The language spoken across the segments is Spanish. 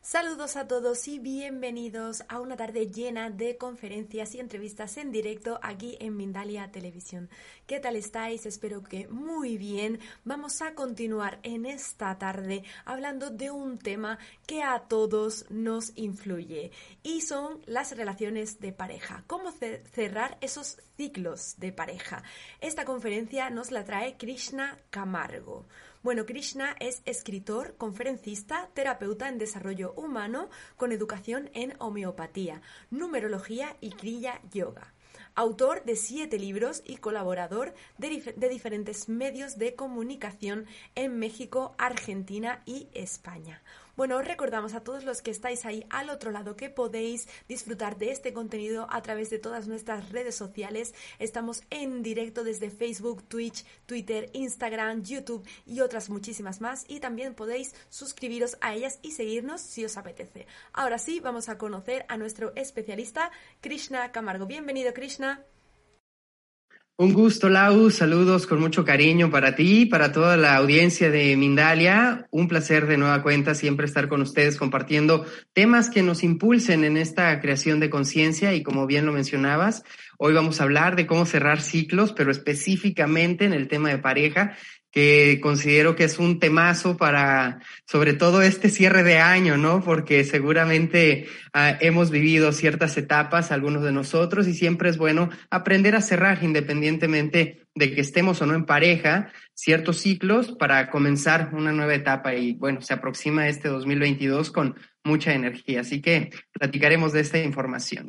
Saludos a todos y bienvenidos a una tarde llena de conferencias y entrevistas en directo aquí en Mindalia Televisión. ¿Qué tal estáis? Espero que muy bien. Vamos a continuar en esta tarde hablando de un tema que a todos nos influye y son las relaciones de pareja. ¿Cómo cerrar esos ciclos de pareja? Esta conferencia nos la trae Krishna Camargo. Bueno, Krishna es escritor, conferencista, terapeuta en desarrollo humano con educación en homeopatía, numerología y Kriya Yoga. Autor de 7 libros y colaborador de diferentes medios de comunicación en México, Argentina y España. Bueno, os recordamos a todos los que estáis ahí al otro lado que podéis disfrutar de este contenido a través de todas nuestras redes sociales. Estamos en directo desde Facebook, Twitch, Twitter, Instagram, YouTube y otras muchísimas más. Y también podéis suscribiros a ellas y seguirnos si os apetece. Ahora sí, vamos a conocer a nuestro especialista, Krishna Camargo. Bienvenido, Krishna. Un gusto, Lau. Saludos con mucho cariño para ti, para toda la audiencia de Mindalia. Un placer de nueva cuenta siempre estar con ustedes compartiendo temas que nos impulsen en esta creación de conciencia y como bien lo mencionabas, hoy vamos a hablar de cómo cerrar ciclos, pero específicamente en el tema de pareja, que considero que es un temazo para, sobre todo este cierre de año, ¿no? Porque seguramente hemos vivido ciertas etapas, algunos de nosotros, y siempre es bueno aprender a cerrar independientemente de que estemos o no en pareja, ciertos ciclos para comenzar una nueva etapa. Y bueno, se aproxima este 2022 con mucha energía, así que platicaremos de esta información.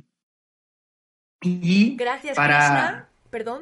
Y gracias, Krishna. Perdón.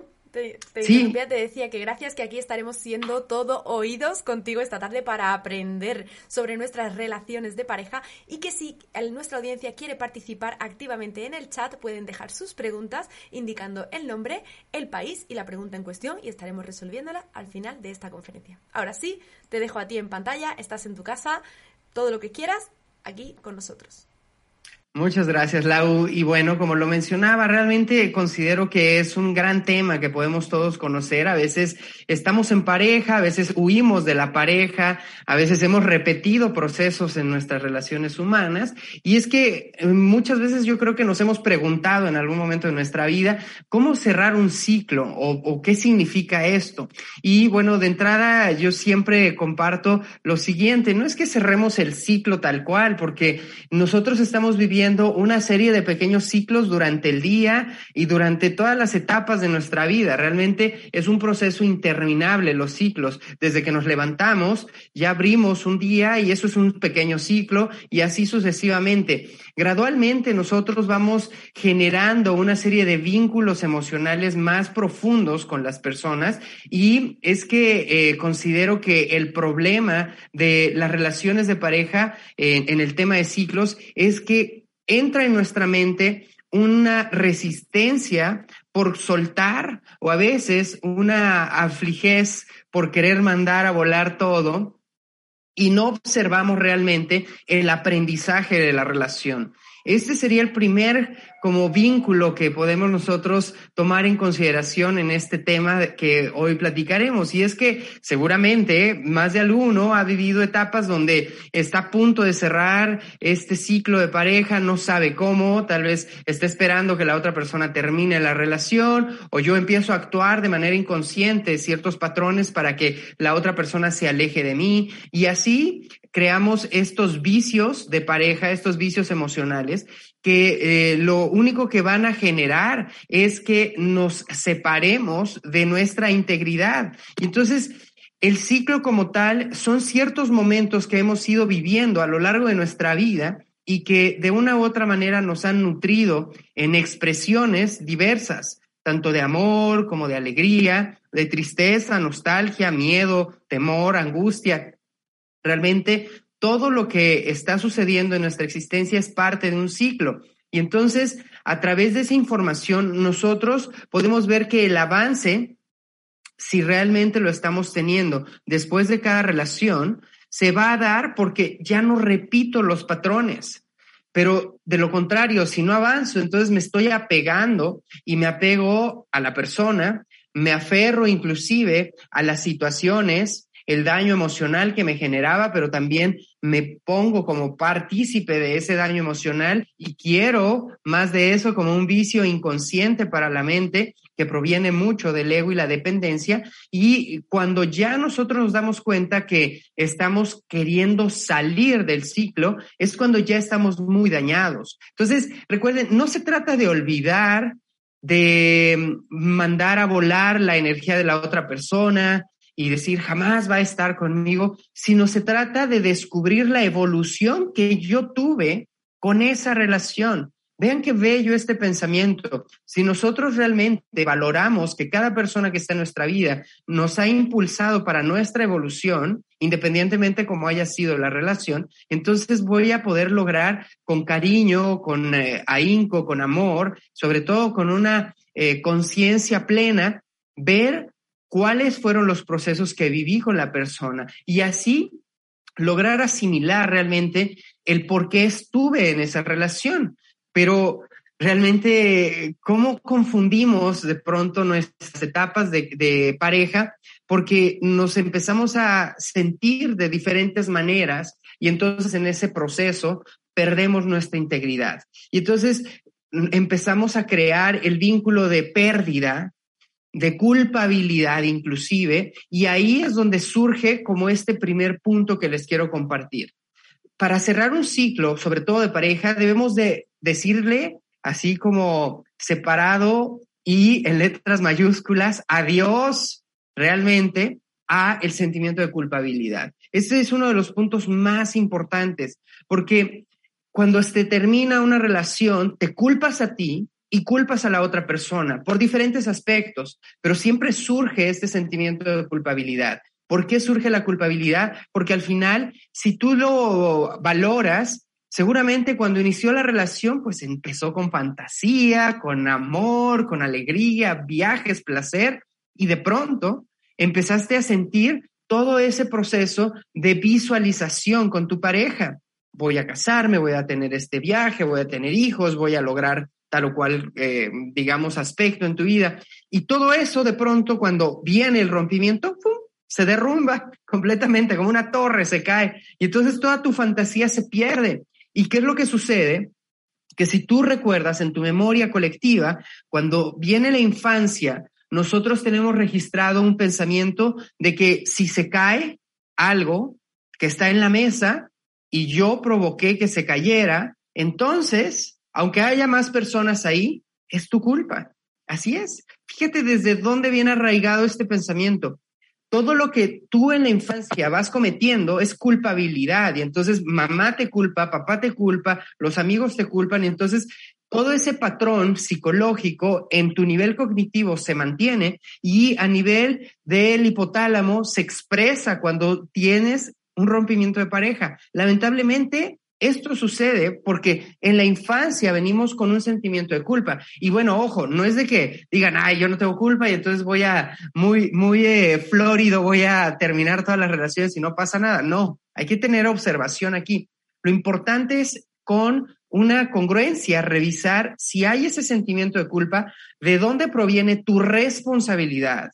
Sí. Te decía que gracias, que aquí estaremos siendo todo oídos contigo esta tarde para aprender sobre nuestras relaciones de pareja y que si nuestra audiencia quiere participar activamente en el chat pueden dejar sus preguntas indicando el nombre, el país y la pregunta en cuestión y estaremos resolviéndola al final de esta conferencia. Ahora sí, te dejo a ti en pantalla, estás en tu casa, todo lo que quieras aquí con nosotros. Muchas gracias, Lau. Y bueno, como lo mencionaba, realmente considero que es un gran tema que podemos todos conocer. A veces estamos en pareja, a veces huimos de la pareja, a veces hemos repetido procesos en nuestras relaciones humanas. Y es que muchas veces yo creo que nos hemos preguntado en algún momento de nuestra vida cómo cerrar un ciclo o qué significa esto. Y bueno, de entrada yo siempre comparto lo siguiente, no es que cerremos el ciclo tal cual, porque nosotros estamos viviendo una serie de pequeños ciclos durante el día y durante todas las etapas de nuestra vida. Realmente es un proceso interminable los ciclos. Desde que nos levantamos, ya abrimos un día y eso es un pequeño ciclo y así sucesivamente. Gradualmente nosotros vamos generando una serie de vínculos emocionales más profundos con las personas y es que considero que el problema de las relaciones de pareja en el tema de ciclos es que entra en nuestra mente una resistencia por soltar o a veces una afligez por querer mandar a volar todo y no observamos realmente el aprendizaje de la relación. Este sería el primer como vínculo que podemos nosotros tomar en consideración en este tema que hoy platicaremos. Y es que seguramente más de alguno ha vivido etapas donde está a punto de cerrar este ciclo de pareja, no sabe cómo, tal vez está esperando que la otra persona termine la relación o yo empiezo a actuar de manera inconsciente ciertos patrones para que la otra persona se aleje de mí y así creamos estos vicios de pareja, estos vicios emocionales que lo único que van a generar es que nos separemos de nuestra integridad. Y entonces, el ciclo como tal son ciertos momentos que hemos ido viviendo a lo largo de nuestra vida y que de una u otra manera nos han nutrido en expresiones diversas, tanto de amor como de alegría, de tristeza, nostalgia, miedo, temor, angustia. Realmente todo lo que está sucediendo en nuestra existencia es parte de un ciclo. Y entonces, a través de esa información, nosotros podemos ver que el avance, si realmente lo estamos teniendo después de cada relación, se va a dar porque ya no repito los patrones. Pero de lo contrario, si no avanzo, entonces me estoy apegando y me apego a la persona, me aferro inclusive a las situaciones, el daño emocional que me generaba, pero también me pongo como partícipe de ese daño emocional y quiero más de eso como un vicio inconsciente para la mente que proviene mucho del ego y la dependencia. Y cuando ya nosotros nos damos cuenta que estamos queriendo salir del ciclo, es cuando ya estamos muy dañados. Entonces, recuerden, no se trata de olvidar, de mandar a volar la energía de la otra persona y decir jamás va a estar conmigo, sino se trata de descubrir la evolución que yo tuve con esa relación. Vean qué bello este pensamiento. Si nosotros realmente valoramos que cada persona que está en nuestra vida nos ha impulsado para nuestra evolución, independientemente cómo haya sido la relación, entonces voy a poder lograr con cariño, con ahínco, con amor, sobre todo con una conciencia plena, ver cuáles fueron los procesos que viví con la persona y así lograr asimilar realmente el por qué estuve en esa relación. Pero realmente, ¿cómo confundimos de pronto nuestras etapas de pareja? Porque nos empezamos a sentir de diferentes maneras y entonces en ese proceso perdemos nuestra integridad. Y entonces empezamos a crear el vínculo de pérdida, de culpabilidad inclusive, y ahí es donde surge como este primer punto que les quiero compartir. Para cerrar un ciclo, sobre todo de pareja, debemos de decirle, así como separado y en letras mayúsculas, adiós realmente a el sentimiento de culpabilidad. Este es uno de los puntos más importantes, porque cuando se termina una relación, te culpas a ti y culpas a la otra persona por diferentes aspectos, pero siempre surge este sentimiento de culpabilidad. ¿Por qué surge la culpabilidad? Porque al final, si tú lo valoras, seguramente cuando inició la relación, pues empezó con fantasía, con amor, con alegría, viajes, placer, y de pronto empezaste a sentir todo ese proceso de visualización con tu pareja. Voy a casarme, voy a tener este viaje, voy a tener hijos, voy a lograr tal o cual, digamos, aspecto en tu vida. Y todo eso de pronto, cuando viene el rompimiento, ¡pum!, se derrumba completamente, como una torre se cae. Y entonces toda tu fantasía se pierde. ¿Y qué es lo que sucede? Que si tú recuerdas en tu memoria colectiva, cuando viene la infancia, nosotros tenemos registrado un pensamiento de que si se cae algo que está en la mesa y yo provoqué que se cayera, entonces, aunque haya más personas ahí, es tu culpa. Así es. Fíjate desde dónde viene arraigado este pensamiento. Todo lo que tú en la infancia vas cometiendo es culpabilidad y entonces mamá te culpa, papá te culpa, los amigos te culpan y entonces todo ese patrón psicológico en tu nivel cognitivo se mantiene y a nivel del hipotálamo se expresa cuando tienes un rompimiento de pareja. Lamentablemente, esto sucede porque en la infancia venimos con un sentimiento de culpa. Y bueno, ojo, no es de que digan, ay, yo no tengo culpa y entonces voy a, muy florido, voy a terminar todas las relaciones y no pasa nada. No, hay que tener observación aquí. Lo importante es con una congruencia revisar si hay ese sentimiento de culpa, de dónde proviene tu responsabilidad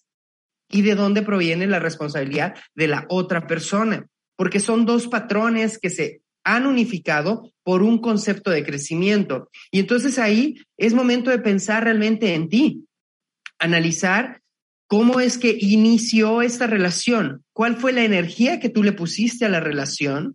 y de dónde proviene la responsabilidad de la otra persona. Porque son dos patrones que se han unificado por un concepto de crecimiento. Y entonces ahí es momento de pensar realmente en ti, analizar cómo es que inició esta relación, cuál fue la energía que tú le pusiste a la relación,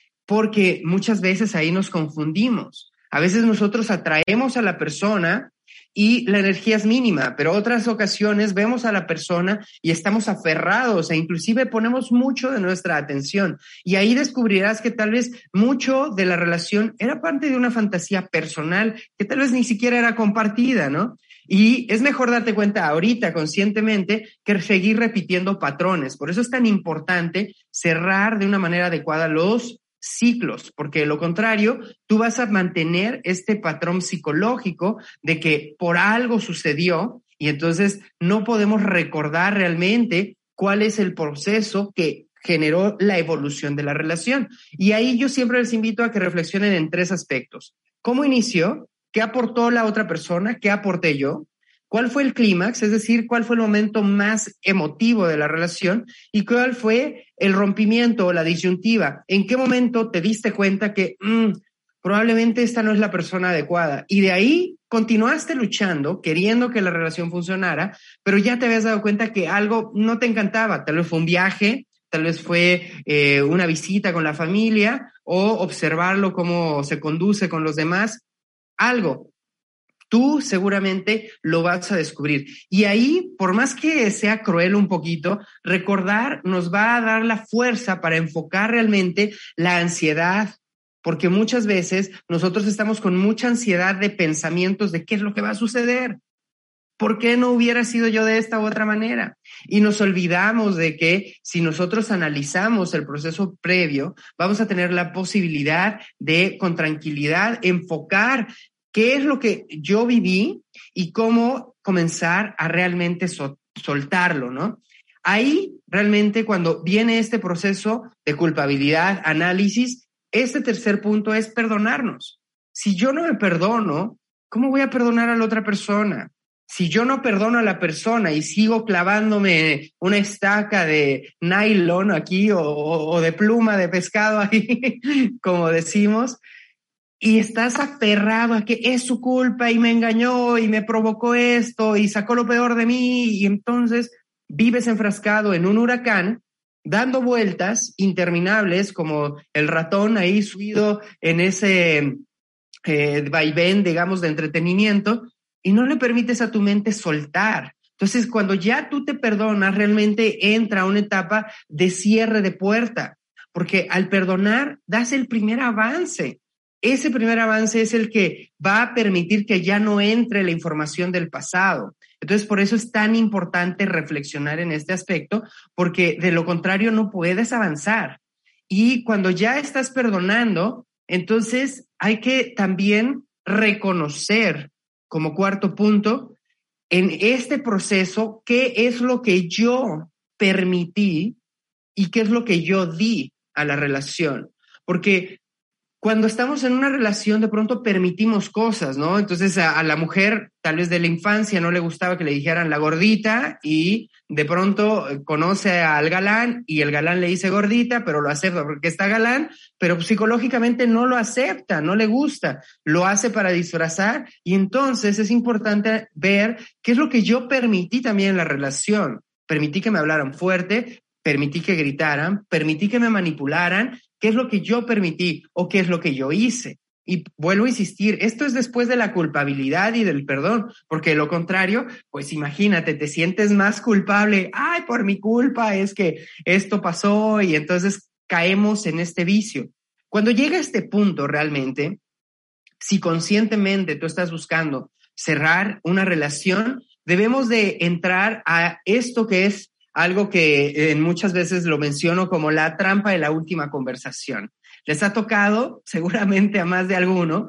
porque muchas veces ahí nos confundimos. A veces nosotros atraemos a la persona y la energía es mínima, pero otras ocasiones vemos a la persona y estamos aferrados e inclusive ponemos mucho de nuestra atención. Y ahí descubrirás que tal vez mucho de la relación era parte de una fantasía personal que tal vez ni siquiera era compartida, ¿no? Y es mejor darte cuenta ahorita conscientemente que seguir repitiendo patrones. Por eso es tan importante cerrar de una manera adecuada los ciclos, porque de lo contrario, tú vas a mantener este patrón psicológico de que por algo sucedió y entonces no podemos recordar realmente cuál es el proceso que generó la evolución de la relación. Y ahí yo siempre les invito a que reflexionen en tres aspectos. ¿Cómo inició? ¿Qué aportó la otra persona? ¿Qué aporté yo? cuál fue el clímax, es decir, cuál fue el momento más emotivo de la relación y cuál fue el rompimiento o la disyuntiva. ¿En qué momento te diste cuenta que probablemente esta no es la persona adecuada? Y de ahí continuaste luchando, queriendo que la relación funcionara, pero ya te habías dado cuenta que algo no te encantaba. Tal vez fue un viaje, tal vez fue una visita con la familia o observarlo cómo se conduce con los demás. Algo. Tú seguramente lo vas a descubrir. Y ahí, por más que sea cruel un poquito, recordar nos va a dar la fuerza para enfocar realmente la ansiedad, porque muchas veces nosotros estamos con mucha ansiedad de pensamientos de qué es lo que va a suceder. ¿Por qué no hubiera sido yo de esta u otra manera? Y nos olvidamos de que si nosotros analizamos el proceso previo, vamos a tener la posibilidad de, con tranquilidad, enfocar qué es lo que yo viví y cómo comenzar a realmente soltarlo, ¿no? Ahí realmente cuando viene este proceso de culpabilidad, análisis, este tercer punto es perdonarnos. Si yo no me perdono, ¿cómo voy a perdonar a la otra persona? Si yo no perdono a la persona y sigo clavándome una estaca de nylon aquí o de pluma de pescado ahí, como decimos, y estás aferrado a que es su culpa y me engañó y me provocó esto y sacó lo peor de mí, y entonces vives enfrascado en un huracán dando vueltas interminables como el ratón ahí subido en ese vaivén, digamos, de entretenimiento, y no le permites a tu mente soltar. Entonces, cuando ya tú te perdonas, realmente entra una etapa de cierre de puerta, porque al perdonar das el primer avance. Ese primer avance es el que va a permitir que ya no entre la información del pasado. Entonces, por eso es tan importante reflexionar en este aspecto, porque de lo contrario no puedes avanzar. Y cuando ya estás perdonando, entonces hay que también reconocer, como cuarto punto, en este proceso, qué es lo que yo permití y qué es lo que yo di a la relación. Porque cuando estamos en una relación, de pronto permitimos cosas, ¿no? Entonces a la mujer, tal vez de la infancia, no le gustaba que le dijeran la gordita y de pronto conoce al galán y el galán le dice gordita, pero lo acepta porque está galán, pero psicológicamente no lo acepta, no le gusta, lo hace para disfrazar, y entonces es importante ver qué es lo que yo permití también en la relación. Permití que me hablaran fuerte, permití que gritaran, permití que me manipularan. ¿Qué es lo que yo permití o qué es lo que yo hice? Y vuelvo a insistir, esto es después de la culpabilidad y del perdón, porque de lo contrario, pues imagínate, te sientes más culpable. Ay, por mi culpa es que esto pasó, y entonces caemos en este vicio. Cuando llega a este punto realmente, si conscientemente tú estás buscando cerrar una relación, debemos de entrar a esto que es algo que muchas veces lo menciono como la trampa de la última conversación. Les ha tocado seguramente a más de alguno,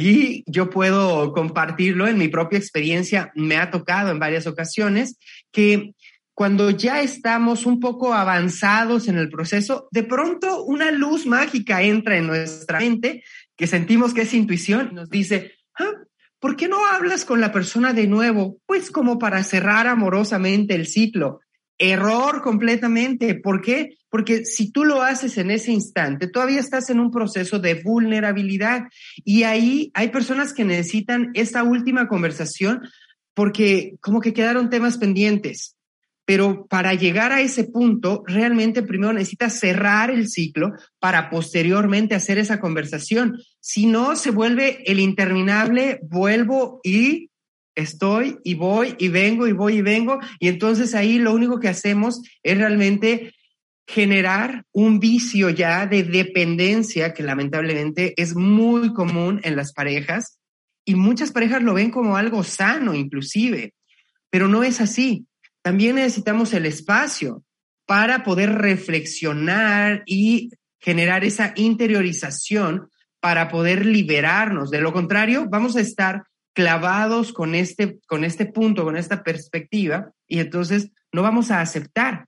y yo puedo compartirlo en mi propia experiencia. Me ha tocado en varias ocasiones que cuando ya estamos un poco avanzados en el proceso, de pronto una luz mágica entra en nuestra mente, que sentimos que es intuición, y nos dice, ¿por qué no hablas con la persona de nuevo? Pues como para cerrar amorosamente el ciclo. Error completamente. ¿Por qué? Porque si tú lo haces en ese instante, todavía estás en un proceso de vulnerabilidad, y ahí hay personas que necesitan esta última conversación porque como que quedaron temas pendientes. Pero para llegar a ese punto, realmente primero necesitas cerrar el ciclo para posteriormente hacer esa conversación. Si no, se vuelve el interminable, vuelvo y estoy y voy y vengo y voy y vengo, y entonces ahí lo único que hacemos es realmente generar un vicio ya de dependencia que lamentablemente es muy común en las parejas, y muchas parejas lo ven como algo sano inclusive, pero no es así. También necesitamos el espacio para poder reflexionar y generar esa interiorización para poder liberarnos. De lo contrario, vamos a estar clavados con este punto, con esta perspectiva, y entonces no vamos a aceptar,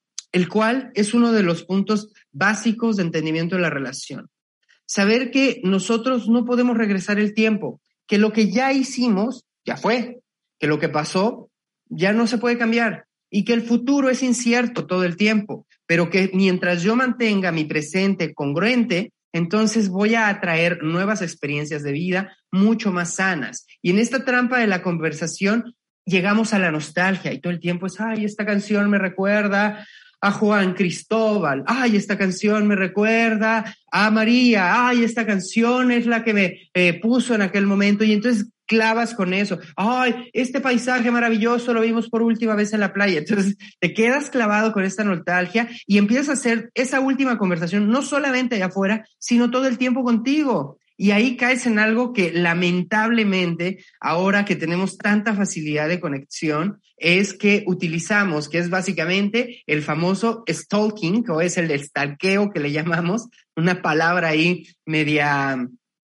el cual es uno de los puntos básicos de entendimiento de la relación. Saber que nosotros no podemos regresar el tiempo, que lo que ya hicimos, ya fue, que lo que pasó ya no se puede cambiar y que el futuro es incierto todo el tiempo, pero que mientras yo mantenga mi presente congruente, entonces voy a atraer nuevas experiencias de vida mucho más sanas. Y en esta trampa de la conversación llegamos a la nostalgia y todo el tiempo es, ay, esta canción me recuerda a Juan Cristóbal, ay, esta canción me recuerda a María, ay, esta canción es la que me puso en aquel momento, y entonces clavas con eso, ay, este paisaje maravilloso lo vimos por última vez en la playa, entonces te quedas clavado con esta nostalgia y empiezas a hacer esa última conversación, no solamente allá afuera, sino todo el tiempo contigo. Y ahí caes en algo que lamentablemente, ahora que tenemos tanta facilidad de conexión, es que utilizamos, que es básicamente el famoso stalking, o es el stalkeo que le llamamos, una palabra ahí media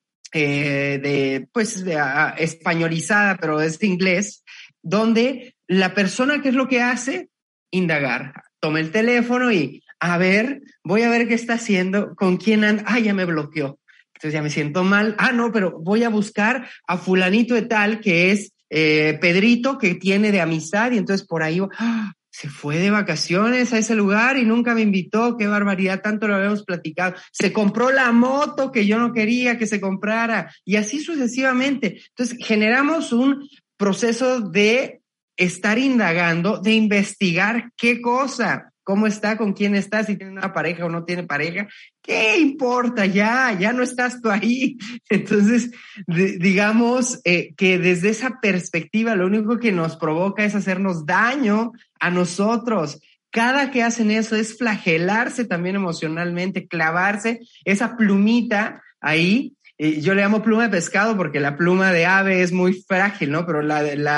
españolizada, pero es de inglés, donde la persona, ¿qué es lo que hace? Indagar. Toma el teléfono y, a ver, voy a ver qué está haciendo, con quién anda, ya me bloqueó. Entonces ya me siento mal. No, pero voy a buscar a fulanito de tal que es Pedrito, que tiene de amistad, y entonces por ahí se fue de vacaciones a ese lugar y nunca me invitó. Qué barbaridad, tanto lo habíamos platicado. Se compró la moto que yo no quería que se comprara y así sucesivamente. Entonces generamos un proceso de estar indagando, de investigar qué cosa, cómo está, con quién está, si tiene una pareja o no tiene pareja. ¿Qué importa? Ya no estás tú ahí. Entonces, digamos que desde esa perspectiva lo único que nos provoca es hacernos daño a nosotros. Cada que hacen eso es flagelarse también emocionalmente, clavarse esa plumita ahí. Yo le llamo pluma de pescado porque la pluma de ave es muy frágil, ¿no? Pero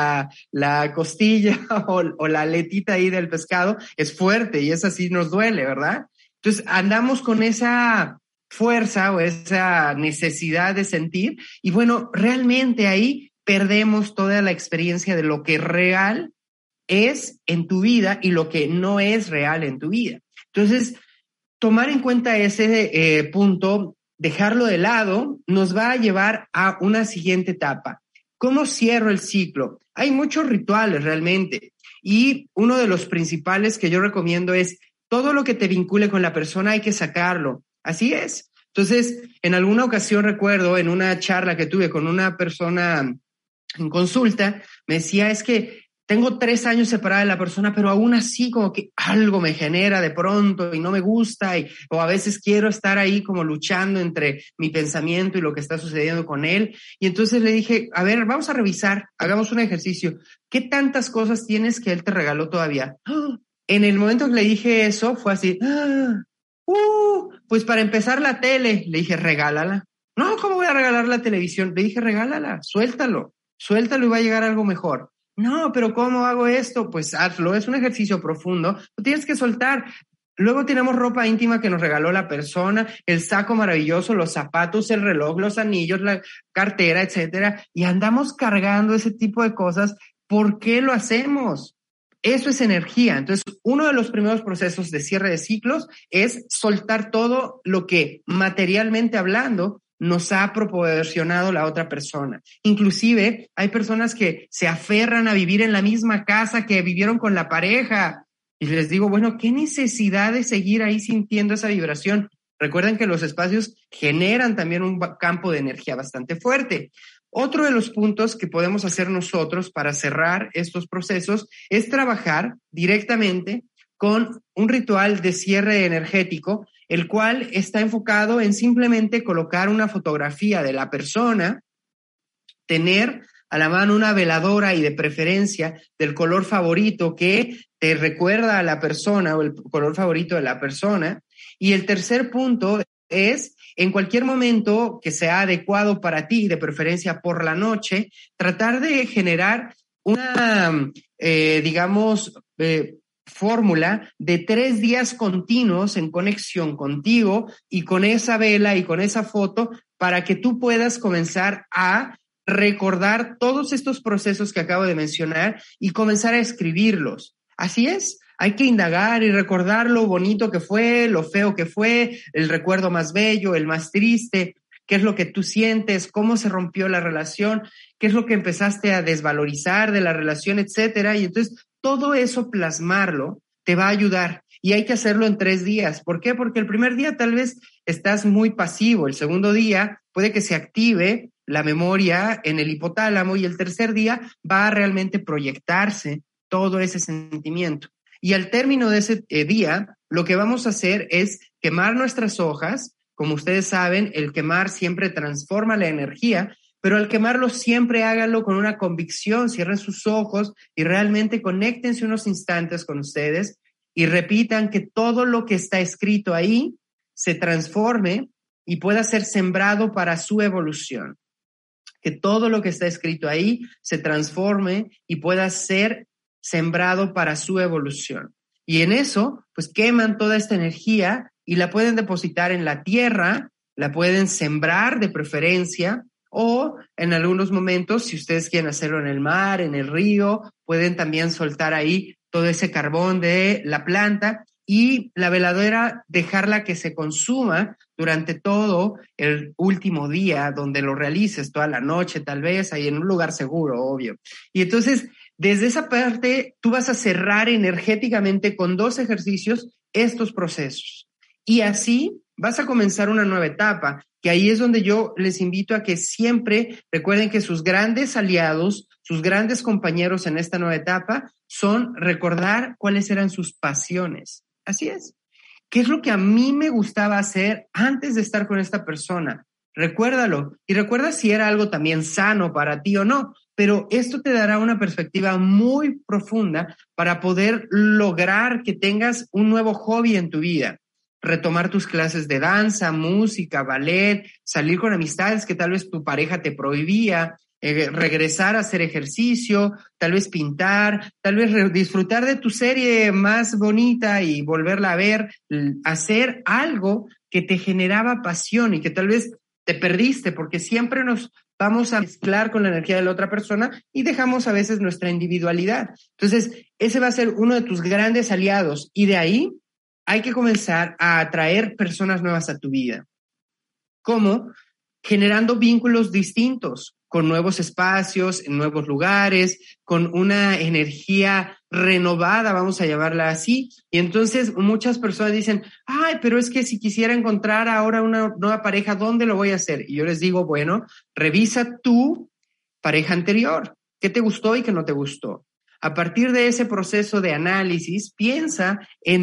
la costilla o la aletita ahí del pescado es fuerte y esa sí nos duele, ¿verdad? Entonces andamos con esa fuerza o esa necesidad de sentir y bueno, realmente ahí perdemos toda la experiencia de lo que real es en tu vida y lo que no es real en tu vida. Entonces, tomar en cuenta ese punto, dejarlo de lado, nos va a llevar a una siguiente etapa. ¿Cómo cierro el ciclo? Hay muchos rituales realmente y uno de los principales que yo recomiendo es todo lo que te vincule con la persona hay que sacarlo. Así es. Entonces, en alguna ocasión recuerdo en una charla que tuve con una persona en consulta, me decía, es que tengo 3 años separada de la persona, pero aún así como que algo me genera de pronto y no me gusta o a veces quiero estar ahí como luchando entre mi pensamiento y lo que está sucediendo con él. Y entonces le dije, a ver, vamos a revisar, hagamos un ejercicio. ¿Qué tantas cosas tienes que él te regaló todavía? En el momento que le dije eso fue así, pues para empezar la tele, le dije, regálala. No, ¿cómo voy a regalar la televisión? Le dije, regálala, suéltalo y va a llegar algo mejor. No, pero ¿cómo hago esto? Pues hazlo, es un ejercicio profundo, lo tienes que soltar. Luego tenemos ropa íntima que nos regaló la persona, el saco maravilloso, los zapatos, el reloj, los anillos, la cartera, etcétera, y andamos cargando ese tipo de cosas. ¿Por qué lo hacemos? Eso es energía. Entonces, uno de los primeros procesos de cierre de ciclos es soltar todo lo que materialmente hablando nos ha proporcionado la otra persona. Inclusive hay personas que se aferran a vivir en la misma casa que vivieron con la pareja y les digo, bueno, ¿qué necesidad de seguir ahí sintiendo esa vibración? Recuerden que los espacios generan también un campo de energía bastante fuerte. Otro de los puntos que podemos hacer nosotros para cerrar estos procesos es trabajar directamente con un ritual de cierre energético, el cual está enfocado en simplemente colocar una fotografía de la persona, tener a la mano una veladora y de preferencia del color favorito que te recuerda a la persona o el color favorito de la persona. Y el tercer punto es, en cualquier momento que sea adecuado para ti, de preferencia por la noche, tratar de generar una, fórmula de 3 días continuos en conexión contigo y con esa vela y con esa foto para que tú puedas comenzar a recordar todos estos procesos que acabo de mencionar y comenzar a escribirlos. Así es, hay que indagar y recordar lo bonito que fue, lo feo que fue, el recuerdo más bello, el más triste. qué es lo que tú sientes, cómo se rompió la relación, qué es lo que empezaste a desvalorizar de la relación, etcétera. Y entonces todo eso plasmarlo te va a ayudar. Y hay que hacerlo en 3 días. ¿Por qué? Porque el primer día tal vez estás muy pasivo. El segundo día puede que se active la memoria en el hipotálamo y el tercer día va a realmente proyectarse todo ese sentimiento. Y al término de ese día, lo que vamos a hacer es quemar nuestras hojas. Como ustedes saben, el quemar siempre transforma la energía, pero al quemarlo siempre háganlo con una convicción, cierren sus ojos y realmente conéctense unos instantes con ustedes y repitan que todo lo que está escrito ahí se transforme y pueda ser sembrado para su evolución. Que todo lo que está escrito ahí se transforme y pueda ser sembrado para su evolución. Y en eso, pues queman toda esta energía y la pueden depositar en la tierra, la pueden sembrar de preferencia, o en algunos momentos, si ustedes quieren hacerlo en el mar, en el río, pueden también soltar ahí todo ese carbón de la planta y la veladora dejarla que se consuma durante todo el último día donde lo realices, toda la noche tal vez, ahí en un lugar seguro, obvio. Y entonces, desde esa parte, tú vas a cerrar energéticamente con 2 ejercicios estos procesos. Y así vas a comenzar una nueva etapa, que ahí es donde yo les invito a que siempre recuerden que sus grandes aliados, sus grandes compañeros en esta nueva etapa son recordar cuáles eran sus pasiones. Así es. ¿Qué es lo que a mí me gustaba hacer antes de estar con esta persona? Recuérdalo y recuerda si era algo también sano para ti o no, pero esto te dará una perspectiva muy profunda para poder lograr que tengas un nuevo hobby en tu vida. Retomar tus clases de danza, música, ballet, salir con amistades que tal vez tu pareja te prohibía, regresar a hacer ejercicio, tal vez pintar, tal vez disfrutar de tu serie más bonita y volverla a ver, hacer algo que te generaba pasión y que tal vez te perdiste porque siempre nos vamos a mezclar con la energía de la otra persona y dejamos a veces nuestra individualidad. Entonces, ese va a ser uno de tus grandes aliados y de ahí hay que comenzar a atraer personas nuevas a tu vida. ¿Cómo? Generando vínculos distintos, con nuevos espacios, en nuevos lugares, con una energía renovada, vamos a llamarla así. Y entonces muchas personas dicen, ay, pero es que si quisiera encontrar ahora una nueva pareja, ¿dónde lo voy a hacer? Y yo les digo, bueno, revisa tu pareja anterior, qué te gustó y qué no te gustó. A partir de ese proceso de análisis, piensa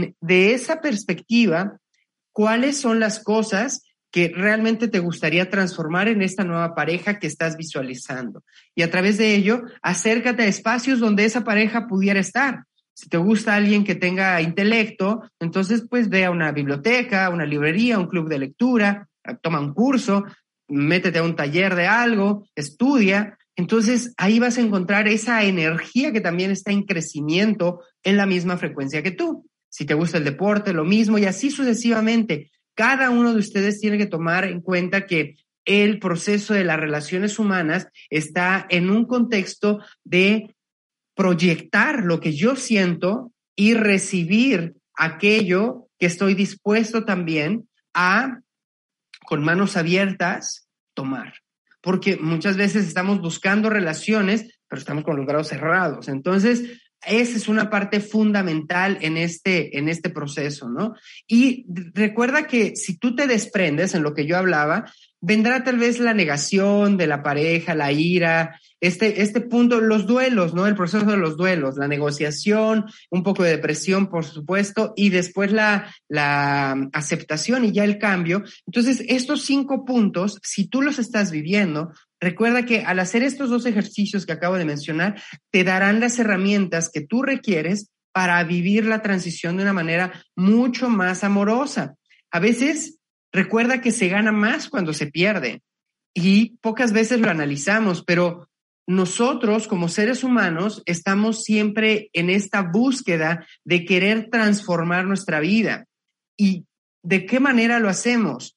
de esa perspectiva, cuáles son las cosas que realmente te gustaría transformar en esta nueva pareja que estás visualizando. Y a través de ello, acércate a espacios donde esa pareja pudiera estar. Si te gusta alguien que tenga intelecto, entonces pues ve a una biblioteca, una librería, un club de lectura, toma un curso, métete a un taller de algo, estudia. Entonces ahí vas a encontrar esa energía que también está en crecimiento en la misma frecuencia que tú. Si te gusta el deporte, lo mismo y así sucesivamente. Cada uno de ustedes tiene que tomar en cuenta que el proceso de las relaciones humanas está en un contexto de proyectar lo que yo siento y recibir aquello que estoy dispuesto también a, con manos abiertas, tomar. Porque muchas veces estamos buscando relaciones, pero estamos con los brazos cerrados. Entonces, esa es una parte fundamental en este proceso, ¿no? Y recuerda que si tú te desprendes en lo que yo hablaba, vendrá tal vez la negación de la pareja, la ira, este punto, los duelos, ¿no? El proceso de los duelos, la negociación, un poco de depresión, por supuesto, y después la aceptación y ya el cambio. Entonces, estos 5 puntos, si tú los estás viviendo, recuerda que al hacer estos 2 ejercicios que acabo de mencionar, te darán las herramientas que tú requieres para vivir la transición de una manera mucho más amorosa. A veces, recuerda que se gana más cuando se pierde y pocas veces lo analizamos, pero nosotros como seres humanos estamos siempre en esta búsqueda de querer transformar nuestra vida. ¿Y de qué manera lo hacemos?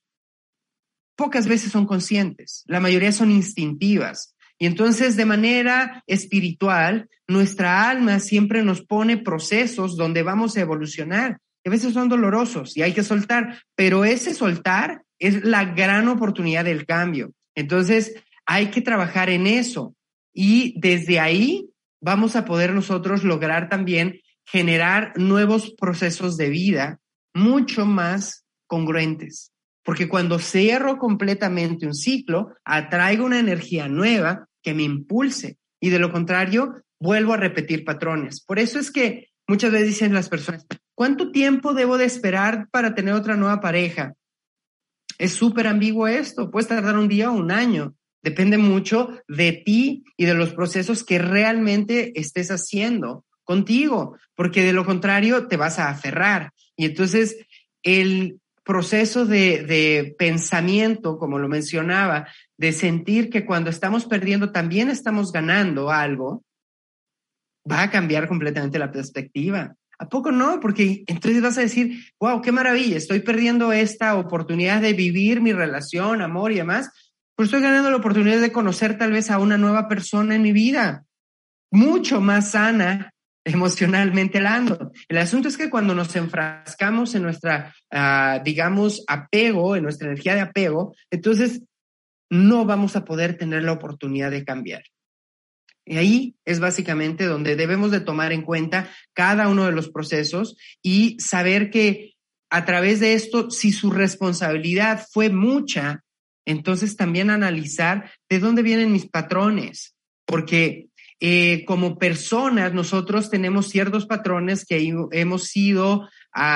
Pocas veces son conscientes, la mayoría son instintivas. Y entonces de manera espiritual, nuestra alma siempre nos pone procesos donde vamos a evolucionar. A veces son dolorosos y hay que soltar, pero ese soltar es la gran oportunidad del cambio. Entonces, hay que trabajar en eso y desde ahí vamos a poder nosotros lograr también generar nuevos procesos de vida mucho más congruentes. Porque cuando cierro completamente un ciclo, atraigo una energía nueva que me impulse y de lo contrario, vuelvo a repetir patrones. Por eso es que muchas veces dicen las personas, ¿cuánto tiempo debo de esperar para tener otra nueva pareja? Es súper ambiguo esto, puede tardar un día o un año. Depende mucho de ti y de los procesos que realmente estés haciendo contigo, porque de lo contrario te vas a aferrar. Y entonces el proceso de pensamiento, como lo mencionaba, de sentir que cuando estamos perdiendo también estamos ganando algo, va a cambiar completamente la perspectiva. ¿A poco no? Porque entonces vas a decir, wow, qué maravilla, estoy perdiendo esta oportunidad de vivir mi relación, amor y demás, pues estoy ganando la oportunidad de conocer tal vez a una nueva persona en mi vida, mucho más sana emocionalmente hablando. El asunto es que cuando nos enfrascamos en nuestra, digamos, apego, en nuestra energía de apego, entonces no vamos a poder tener la oportunidad de cambiar. Y ahí es básicamente donde debemos de tomar en cuenta cada uno de los procesos y saber que a través de esto, si su responsabilidad fue mucha, entonces también analizar de dónde vienen mis patrones, porque como personas nosotros tenemos ciertos patrones que hemos ido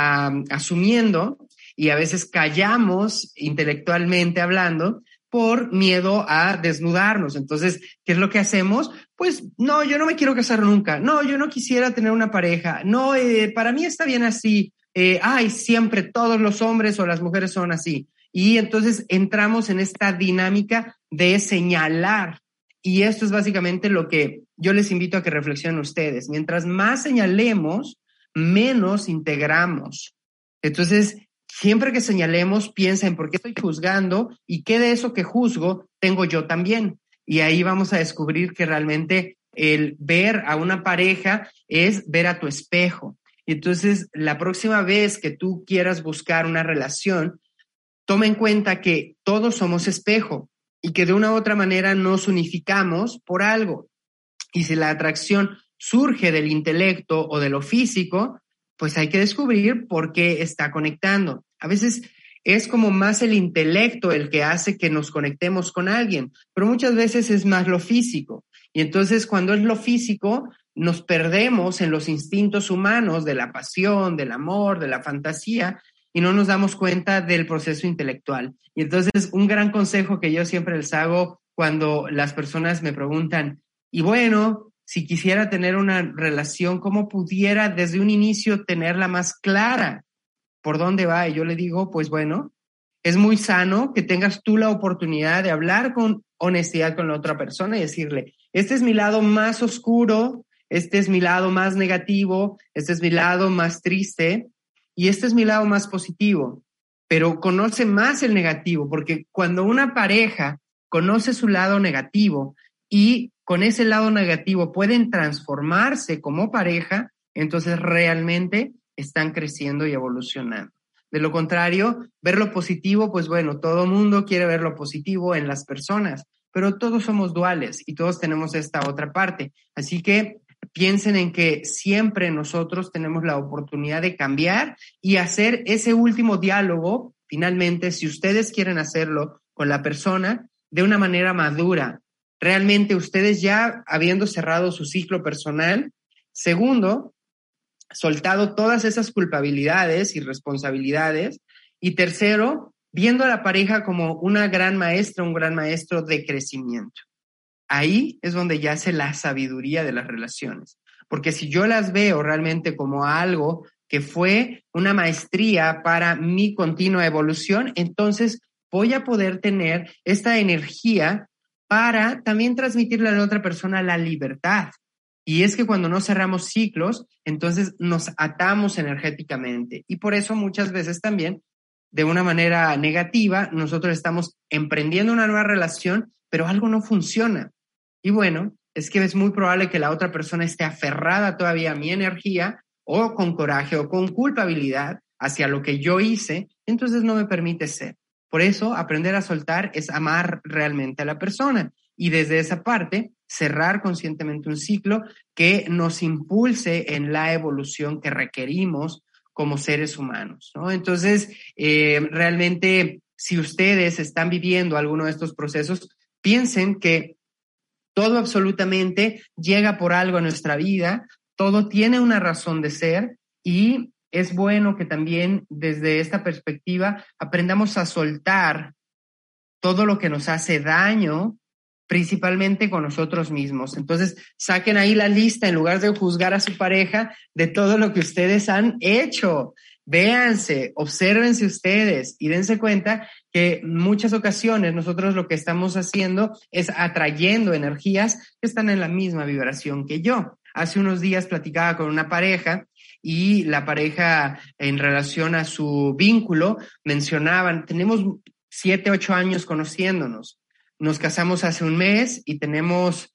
asumiendo y a veces callamos intelectualmente hablando por miedo a desnudarnos. Entonces, ¿qué es lo que hacemos? Pues, no, yo no me quiero casar nunca. No, yo no quisiera tener una pareja. No, para mí está bien así. Siempre todos los hombres o las mujeres son así. Y entonces entramos en esta dinámica de señalar. Y esto es básicamente lo que yo les invito a que reflexionen ustedes. Mientras más señalemos, menos integramos. Entonces, siempre que señalemos, piensa en por qué estoy juzgando y qué de eso que juzgo tengo yo también. Y ahí vamos a descubrir que realmente el ver a una pareja es ver a tu espejo. Y entonces, la próxima vez que tú quieras buscar una relación, toma en cuenta que todos somos espejo y que de una u otra manera nos unificamos por algo. Y si la atracción surge del intelecto o de lo físico, pues hay que descubrir por qué está conectando. A veces es como más el intelecto el que hace que nos conectemos con alguien, pero muchas veces es más lo físico. Y entonces cuando es lo físico, nos perdemos en los instintos humanos de la pasión, del amor, de la fantasía, y no nos damos cuenta del proceso intelectual. Y entonces un gran consejo que yo siempre les hago cuando las personas me preguntan, y bueno, si quisiera tener una relación, ¿cómo pudiera desde un inicio tenerla más clara? ¿Por dónde va? Y yo le digo, pues bueno, es muy sano que tengas tú la oportunidad de hablar con honestidad con la otra persona y decirle, este es mi lado más oscuro, este es mi lado más negativo, este es mi lado más triste y este es mi lado más positivo. Pero conoce más el negativo, porque cuando una pareja conoce su lado negativo y con ese lado negativo pueden transformarse como pareja, entonces realmente están creciendo y evolucionando. De lo contrario, ver lo positivo, pues bueno, todo mundo quiere ver lo positivo en las personas, pero todos somos duales y todos tenemos esta otra parte. Así que piensen en que siempre nosotros tenemos la oportunidad de cambiar y hacer ese último diálogo, finalmente, si ustedes quieren hacerlo con la persona, de una manera madura. Realmente ustedes ya habiendo cerrado su ciclo personal. Segundo, soltado todas esas culpabilidades y responsabilidades. Y tercero, viendo a la pareja como una gran maestra, un gran maestro de crecimiento. Ahí es donde yace la sabiduría de las relaciones. Porque si yo las veo realmente como algo que fue una maestría para mi continua evolución, entonces voy a poder tener esta energía para también transmitirle a la otra persona la libertad. Y es que cuando no cerramos ciclos, entonces nos atamos energéticamente. Y por eso muchas veces también, de una manera negativa, nosotros estamos emprendiendo una nueva relación, pero algo no funciona. Y bueno, es que es muy probable que la otra persona esté aferrada todavía a mi energía o con coraje o con culpabilidad hacia lo que yo hice, entonces no me permite ser. Por eso, aprender a soltar es amar realmente a la persona y desde esa parte cerrar conscientemente un ciclo que nos impulse en la evolución que requerimos como seres humanos, ¿no? Entonces, realmente, si ustedes están viviendo alguno de estos procesos, piensen que todo absolutamente llega por algo a nuestra vida, todo tiene una razón de ser y es bueno que también desde esta perspectiva aprendamos a soltar todo lo que nos hace daño, principalmente con nosotros mismos. Entonces, saquen ahí la lista en lugar de juzgar a su pareja de todo lo que ustedes han hecho. Véanse, obsérvense ustedes y dense cuenta que en muchas ocasiones nosotros lo que estamos haciendo es atrayendo energías que están en la misma vibración que yo. Hace unos días platicaba con una pareja y la pareja en relación a su vínculo mencionaban, tenemos 7, 8 años conociéndonos. Nos casamos hace un mes y tenemos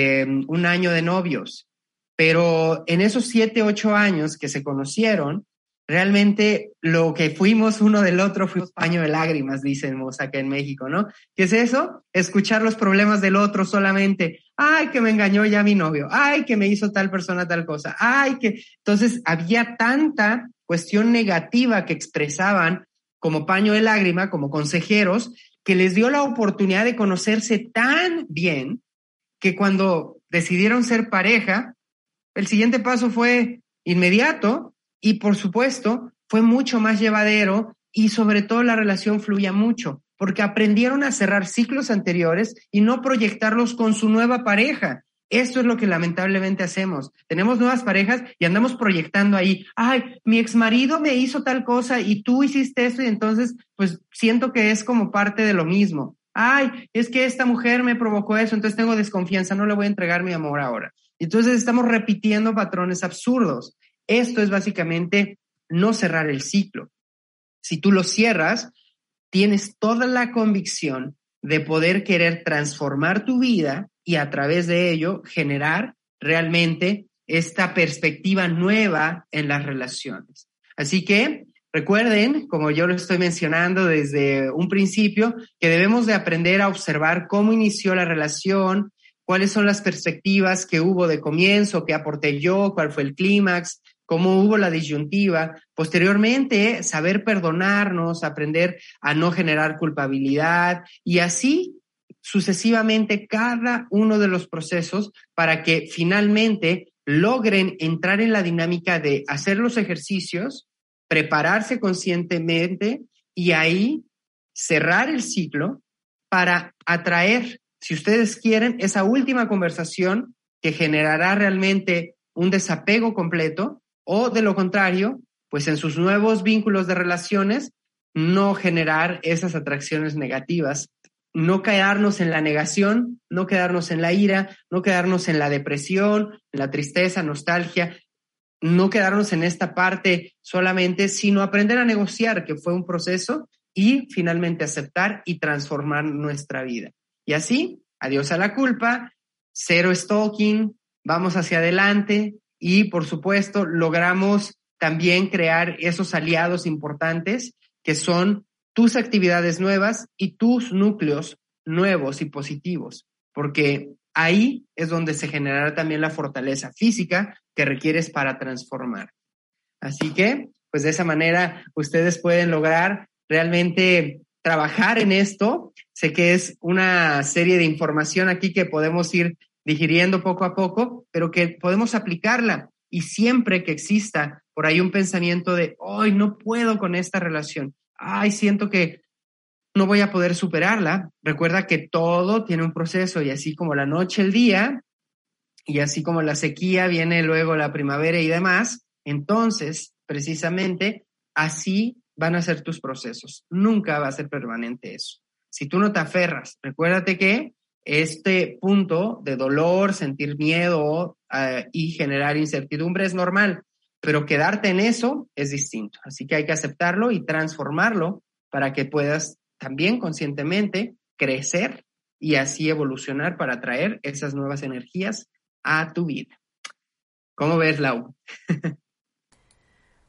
1 año de novios. Pero en esos 7, 8 años que se conocieron, realmente lo que fuimos uno del otro fuimos paño de lágrimas, dicemos acá en México, ¿no? ¿Qué es eso? Escuchar los problemas del otro solamente. Ay, que me engañó ya mi novio. Ay, que me hizo tal persona tal cosa. Ay, que... Entonces había tanta cuestión negativa que expresaban como paño de lágrima, como consejeros, que les dio la oportunidad de conocerse tan bien que cuando decidieron ser pareja, el siguiente paso fue inmediato y por supuesto fue mucho más llevadero y sobre todo la relación fluía mucho porque aprendieron a cerrar ciclos anteriores y no proyectarlos con su nueva pareja. Esto es lo que lamentablemente hacemos. Tenemos nuevas parejas y andamos proyectando ahí, ay, mi exmarido me hizo tal cosa y tú hiciste esto y entonces pues siento que es como parte de lo mismo. Ay, es que esta mujer me provocó eso, entonces tengo desconfianza, no le voy a entregar mi amor ahora. Entonces estamos repitiendo patrones absurdos. Esto es básicamente no cerrar el ciclo. Si tú lo cierras, tienes toda la convicción de poder querer transformar tu vida y a través de ello generar realmente esta perspectiva nueva en las relaciones. Así que recuerden, como yo lo estoy mencionando desde un principio, que debemos de aprender a observar cómo inició la relación, cuáles son las perspectivas que hubo de comienzo, qué aporté yo, cuál fue el clímax, cómo hubo la disyuntiva. Posteriormente, saber perdonarnos, aprender a no generar culpabilidad y así sucesivamente cada uno de los procesos para que finalmente logren entrar en la dinámica de hacer los ejercicios, prepararse conscientemente y ahí cerrar el ciclo para atraer, si ustedes quieren, esa última conversación que generará realmente un desapego completo o de lo contrario, pues en sus nuevos vínculos de relaciones, no generar esas atracciones negativas, no quedarnos en la negación, no quedarnos en la ira, no quedarnos en la depresión, en la tristeza, nostalgia, no quedarnos en esta parte solamente, sino aprender a negociar, que fue un proceso, y finalmente aceptar y transformar nuestra vida. Y así, adiós a la culpa, cero stalking, vamos hacia adelante y, por supuesto, logramos también crear esos aliados importantes que son tus actividades nuevas y tus núcleos nuevos y positivos, porque ahí es donde se generará también la fortaleza física que requieres para transformar. Así que, pues de esa manera, ustedes pueden lograr realmente trabajar en esto. Sé que es una serie de información aquí que podemos ir digiriendo poco a poco, pero que podemos aplicarla. Y siempre que exista por ahí un pensamiento de, hoy no puedo con esta relación, ay, siento que no voy a poder superarla, recuerda que todo tiene un proceso y así como la noche, el día, y así como la sequía viene luego la primavera y demás, entonces, precisamente, así van a ser tus procesos. Nunca va a ser permanente eso. Si tú no te aferras, recuérdate que este punto de dolor, sentir miedo y generar incertidumbre es normal, pero quedarte en eso es distinto. Así que hay que aceptarlo y transformarlo para que puedas también conscientemente crecer y así evolucionar para atraer esas nuevas energías a tu vida. ¿Cómo ves, Lau?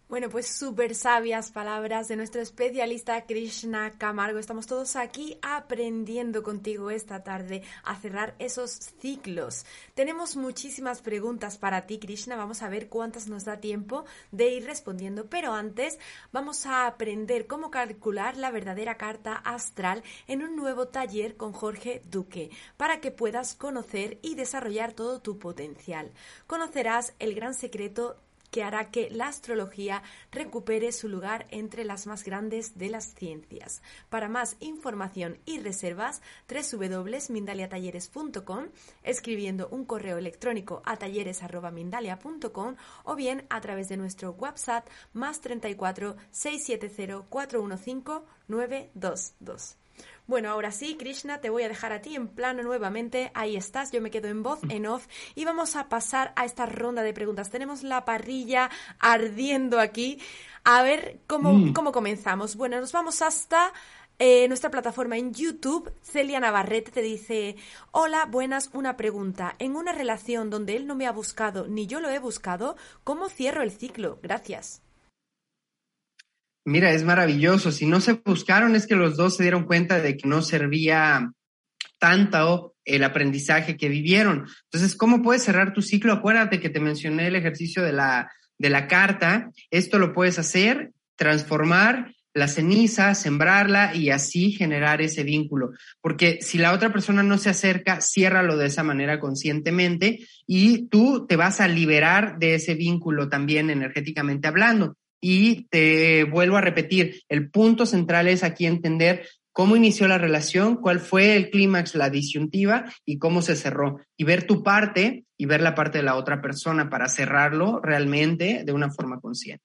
Bueno, pues súper sabias palabras de nuestro especialista Krishna Camargo. Estamos todos aquí aprendiendo contigo esta tarde a cerrar esos ciclos. Tenemos muchísimas preguntas para ti, Krishna. Vamos a ver cuántas nos da tiempo de ir respondiendo. Pero antes vamos a aprender cómo calcular la verdadera carta astral en un nuevo taller con Jorge Duque para que puedas conocer y desarrollar todo tu potencial. Conocerás el gran secreto que hará que la astrología recupere su lugar entre las más grandes de las ciencias. Para más información y reservas, www.mindaliatalleres.com, escribiendo un correo electrónico a talleres@mindalia.com o bien a través de nuestro WhatsApp +34 670 415 922. Bueno, ahora sí, Krishna, te voy a dejar a ti en plano nuevamente. Ahí estás, yo me quedo en voz, en off, y vamos a pasar a esta ronda de preguntas. Tenemos la parrilla ardiendo aquí. A ver cómo comenzamos. Bueno, nos vamos hasta nuestra plataforma en YouTube. Celia Navarrete te dice: hola, buenas, una pregunta. En una relación donde él no me ha buscado ni yo lo he buscado, ¿cómo cierro el ciclo? Gracias. Mira, es maravilloso. Si no se buscaron es que los dos se dieron cuenta de que no servía tanto el aprendizaje que vivieron. Entonces, ¿cómo puedes cerrar tu ciclo? Acuérdate que te mencioné el ejercicio de la carta. Esto lo puedes hacer, transformar la ceniza, sembrarla y así generar ese vínculo. Porque si la otra persona no se acerca, ciérralo de esa manera conscientemente y tú te vas a liberar de ese vínculo también energéticamente hablando. Y te vuelvo a repetir, el punto central es aquí entender cómo inició la relación, cuál fue el clímax, la disyuntiva y cómo se cerró. Y ver tu parte y ver la parte de la otra persona para cerrarlo realmente de una forma consciente.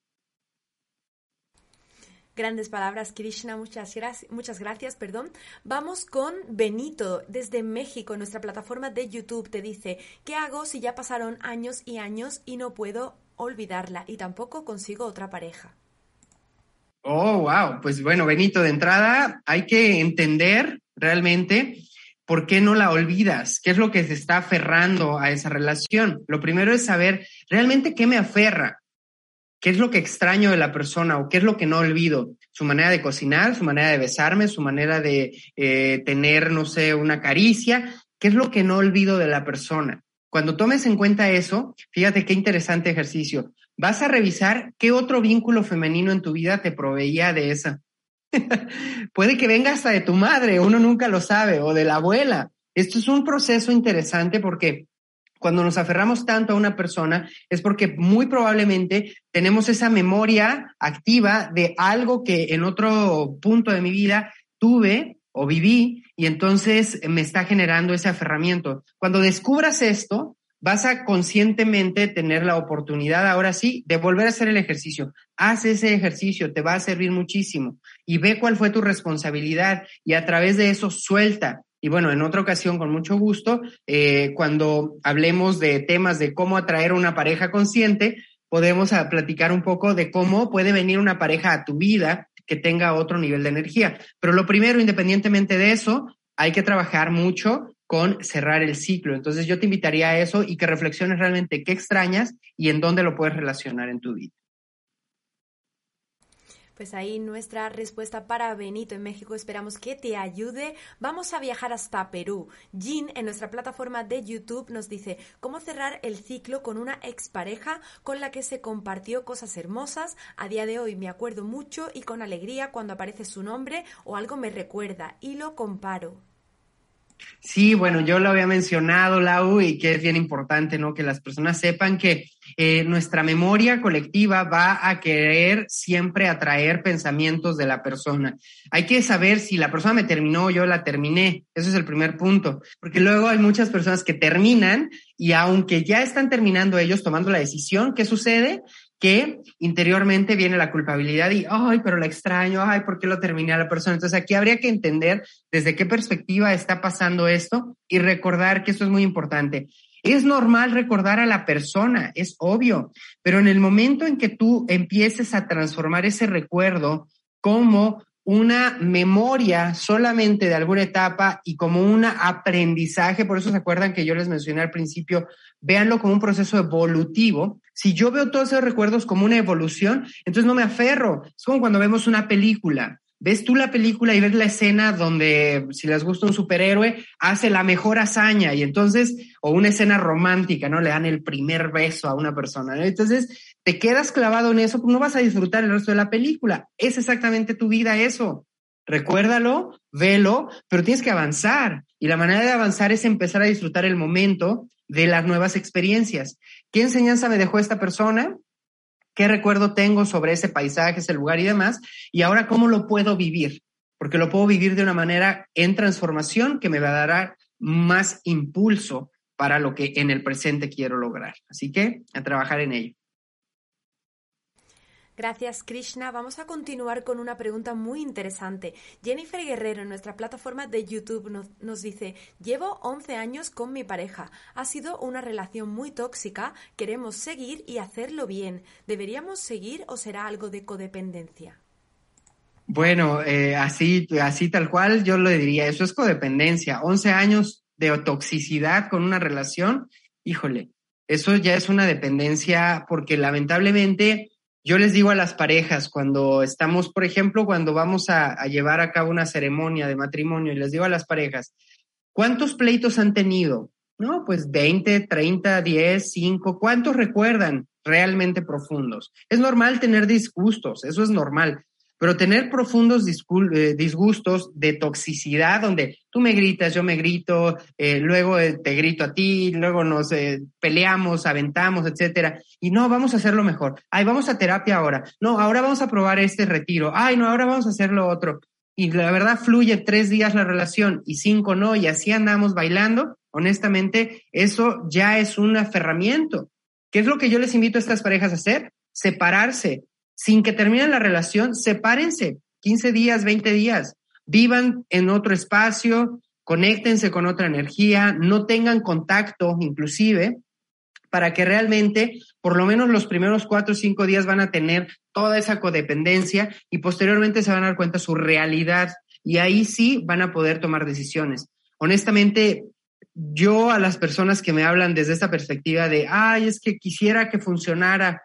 Grandes palabras, Krishna, muchas gracias. Vamos con Benito, desde México, nuestra plataforma de YouTube. Te dice: ¿qué hago si ya pasaron años y años y no puedo olvidarla y tampoco consigo otra pareja? Oh, wow. Pues bueno, Benito, de entrada hay que entender realmente por qué no la olvidas, qué es lo que se está aferrando a esa relación. Lo primero es saber realmente qué me aferra, qué es lo que extraño de la persona o qué es lo que no olvido. Su manera de cocinar, su manera de besarme, su manera de tener, no sé, una caricia. ¿Qué es lo que no olvido de la persona? Cuando tomes en cuenta eso, fíjate qué interesante ejercicio. Vas a revisar qué otro vínculo femenino en tu vida te proveía de esa. Puede que venga hasta de tu madre, uno nunca lo sabe, o de la abuela. Esto es un proceso interesante porque cuando nos aferramos tanto a una persona es porque muy probablemente tenemos esa memoria activa de algo que en otro punto de mi vida tuve o viví y entonces me está generando ese aferramiento. Cuando descubras esto, vas a conscientemente tener la oportunidad ahora sí de volver a hacer el ejercicio. Haz ese ejercicio, te va a servir muchísimo y ve cuál fue tu responsabilidad y a través de eso suelta. Y bueno, en otra ocasión, con mucho gusto, cuando hablemos de temas de cómo atraer una pareja consciente, podemos platicar un poco de cómo puede venir una pareja a tu vida que tenga otro nivel de energía. Pero lo primero, independientemente de eso, hay que trabajar mucho con cerrar el ciclo. Entonces yo te invitaría a eso y que reflexiones realmente qué extrañas y en dónde lo puedes relacionar en tu vida. Pues ahí nuestra respuesta para Benito en México. Esperamos que te ayude. Vamos a viajar hasta Perú. Jean, en nuestra plataforma de YouTube, nos dice: ¿cómo cerrar el ciclo con una expareja con la que se compartió cosas hermosas? A día de hoy me acuerdo mucho y con alegría cuando aparece su nombre o algo me recuerda y lo comparo. Sí, bueno, yo lo había mencionado, Lau, y que es bien importante, ¿no? Que las personas sepan que nuestra memoria colectiva va a querer siempre atraer pensamientos de la persona. Hay que saber si la persona me terminó o yo la terminé. Eso es el primer punto. Porque luego hay muchas personas que terminan y aunque ya están terminando ellos tomando la decisión, ¿qué sucede? Que interiormente viene la culpabilidad y, ay, pero la extraño, ay, ¿por qué lo terminé a la persona? Entonces aquí habría que entender desde qué perspectiva está pasando esto y recordar que esto es muy importante. Es normal recordar a la persona, es obvio, pero en el momento en que tú empieces a transformar ese recuerdo como una memoria solamente de alguna etapa y como un aprendizaje, por eso se acuerdan que yo les mencioné al principio, véanlo como un proceso evolutivo, Si yo veo todos esos recuerdos como una evolución, entonces no me aferro. Es como cuando vemos una película. Ves tú la película y ves la escena donde, si les gusta un superhéroe, hace la mejor hazaña y entonces, o una escena romántica, ¿no? Le dan el primer beso a una persona, ¿no? Entonces, te quedas clavado en eso, pues no vas a disfrutar el resto de la película. Es exactamente tu vida eso. Recuérdalo, velo, pero tienes que avanzar. Y la manera de avanzar es empezar a disfrutar el momento de las nuevas experiencias. ¿Qué enseñanza me dejó esta persona? ¿Qué recuerdo tengo sobre ese paisaje, ese lugar y demás? Y ahora, ¿cómo lo puedo vivir? Porque lo puedo vivir de una manera en transformación que me va a dar más impulso para lo que en el presente quiero lograr. Así que a trabajar en ello. Gracias, Krishna. Vamos a continuar con una pregunta muy interesante. Jennifer Guerrero en nuestra plataforma de YouTube nos dice: llevo 11 años con mi pareja. Ha sido una relación muy tóxica. Queremos seguir y hacerlo bien. ¿Deberíamos seguir o será algo de codependencia? Bueno, así tal cual yo le diría, eso es codependencia. 11 años de toxicidad con una relación, híjole, eso ya es una dependencia porque lamentablemente yo les digo a las parejas cuando estamos, por ejemplo, cuando vamos a llevar a cabo una ceremonia de matrimonio y les digo a las parejas, ¿cuántos pleitos han tenido? No, pues 20, 30, 10, 5, ¿cuántos recuerdan realmente profundos? Es normal tener disgustos, eso es normal. Pero tener profundos disgustos de toxicidad, donde tú me gritas, yo me grito, luego te grito a ti, luego nos peleamos, aventamos, etcétera. Y no, vamos a hacerlo mejor. Ay, vamos a terapia ahora. No, ahora vamos a probar este retiro. Ay, no, ahora vamos a hacer lo otro. Y la verdad fluye 3 días la relación y 5 no, y así andamos bailando. Honestamente, eso ya es un aferramiento. ¿Qué es lo que yo les invito a estas parejas a hacer? Separarse. Sin que termine la relación, sepárense, 15 días, 20 días, vivan en otro espacio, conéctense con otra energía, no tengan contacto inclusive, para que realmente por lo menos los primeros 4 o 5 días van a tener toda esa codependencia y posteriormente se van a dar cuenta de su realidad y ahí sí van a poder tomar decisiones. Honestamente, yo a las personas que me hablan desde esta perspectiva de, ay, es que quisiera que funcionara,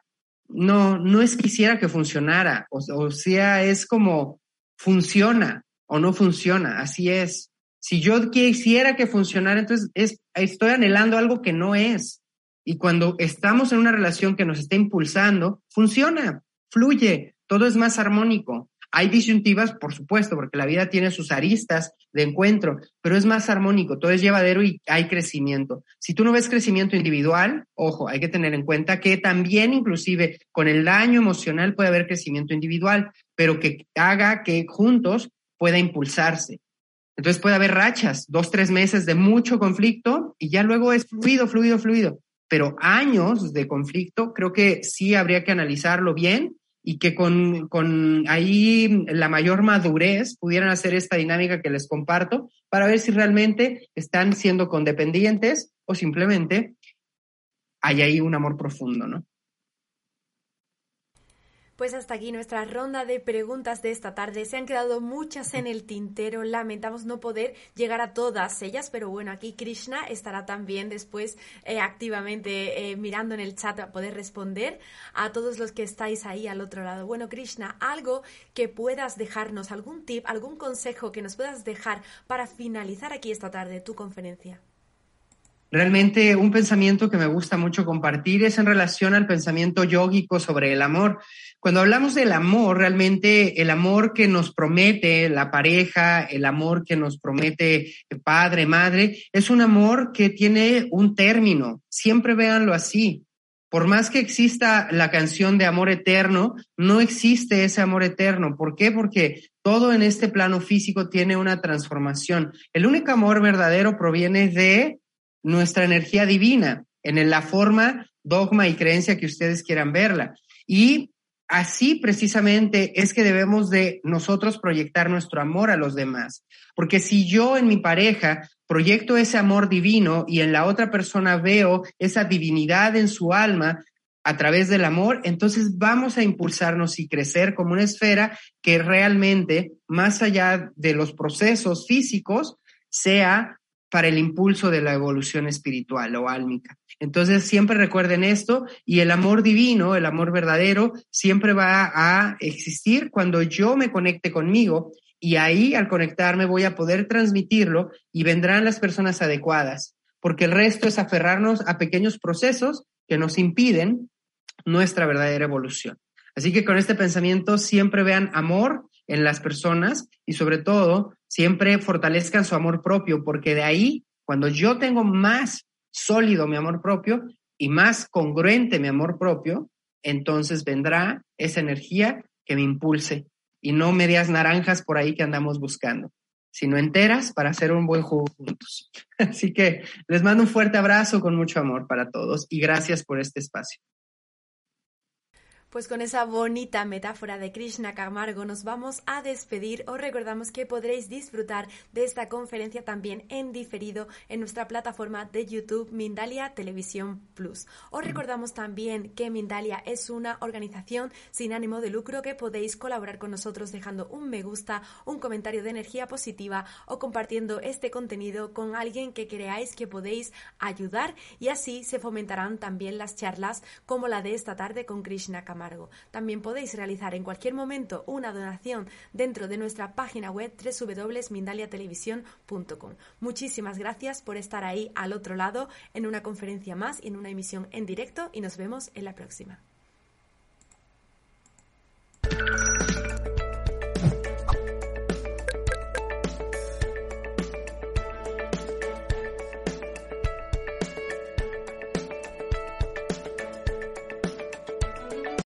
no es quisiera que funcionara, o sea, es como funciona o no funciona, así es. Si yo quisiera que funcionara, entonces estoy anhelando algo que no es. Y cuando estamos en una relación que nos está impulsando, funciona, fluye, todo es más armónico. Hay disyuntivas, por supuesto, porque la vida tiene sus aristas de encuentro, pero es más armónico, todo es llevadero y hay crecimiento. Si tú no ves crecimiento individual, ojo, hay que tener en cuenta que también inclusive con el daño emocional puede haber crecimiento individual, pero que haga que juntos pueda impulsarse. Entonces puede haber rachas, 2, 3 meses de mucho conflicto y ya luego es fluido. Pero años de conflicto, creo que sí habría que analizarlo bien y que con ahí la mayor madurez pudieran hacer esta dinámica que les comparto para ver si realmente están siendo codependientes o simplemente hay ahí un amor profundo, ¿no? Pues hasta aquí nuestra ronda de preguntas de esta tarde. Se han quedado muchas en el tintero. Lamentamos no poder llegar a todas ellas, pero bueno, aquí Krishna estará también después activamente mirando en el chat para poder responder a todos los que estáis ahí al otro lado. Bueno, Krishna, algo que puedas dejarnos, algún tip, algún consejo que nos puedas dejar para finalizar aquí esta tarde tu conferencia. Realmente un pensamiento que me gusta mucho compartir es en relación al pensamiento yógico sobre el amor. Cuando hablamos del amor, realmente el amor que nos promete la pareja, el amor que nos promete el padre, madre, es un amor que tiene un término. Siempre véanlo así. Por más que exista la canción de amor eterno, no existe ese amor eterno. ¿Por qué? Porque todo en este plano físico tiene una transformación. El único amor verdadero proviene de nuestra energía divina, en la forma, dogma y creencia que ustedes quieran verla. Y así precisamente es que debemos de nosotros proyectar nuestro amor a los demás. Porque si yo en mi pareja proyecto ese amor divino y en la otra persona veo esa divinidad en su alma a través del amor, entonces vamos a impulsarnos y crecer como una esfera que realmente, más allá de los procesos físicos, sea para el impulso de la evolución espiritual o álmica. Entonces siempre recuerden esto, y el amor divino, el amor verdadero, siempre va a existir cuando yo me conecte conmigo, y ahí al conectarme voy a poder transmitirlo y vendrán las personas adecuadas, porque el resto es aferrarnos a pequeños procesos que nos impiden nuestra verdadera evolución. Así que con este pensamiento siempre vean amor en las personas y sobre todo siempre fortalezcan su amor propio, porque de ahí, cuando yo tengo más sólido mi amor propio y más congruente mi amor propio, entonces vendrá esa energía que me impulse y no medias naranjas por ahí que andamos buscando, sino enteras para hacer un buen jugo juntos. Así que les mando un fuerte abrazo con mucho amor para todos y gracias por este espacio. Pues con esa bonita metáfora de Krishna Camargo nos vamos a despedir. Os recordamos que podréis disfrutar de esta conferencia también en diferido en nuestra plataforma de YouTube Mindalia Televisión Plus. Os recordamos también que Mindalia es una organización sin ánimo de lucro, que podéis colaborar con nosotros dejando un me gusta, un comentario de energía positiva o compartiendo este contenido con alguien que creáis que podéis ayudar, y así se fomentarán también las charlas como la de esta tarde con Krishna Camargo. También podéis realizar en cualquier momento una donación dentro de nuestra página web www.mindaliatelevisión.com. Muchísimas gracias por estar ahí al otro lado en una conferencia más y en una emisión en directo, y nos vemos en la próxima.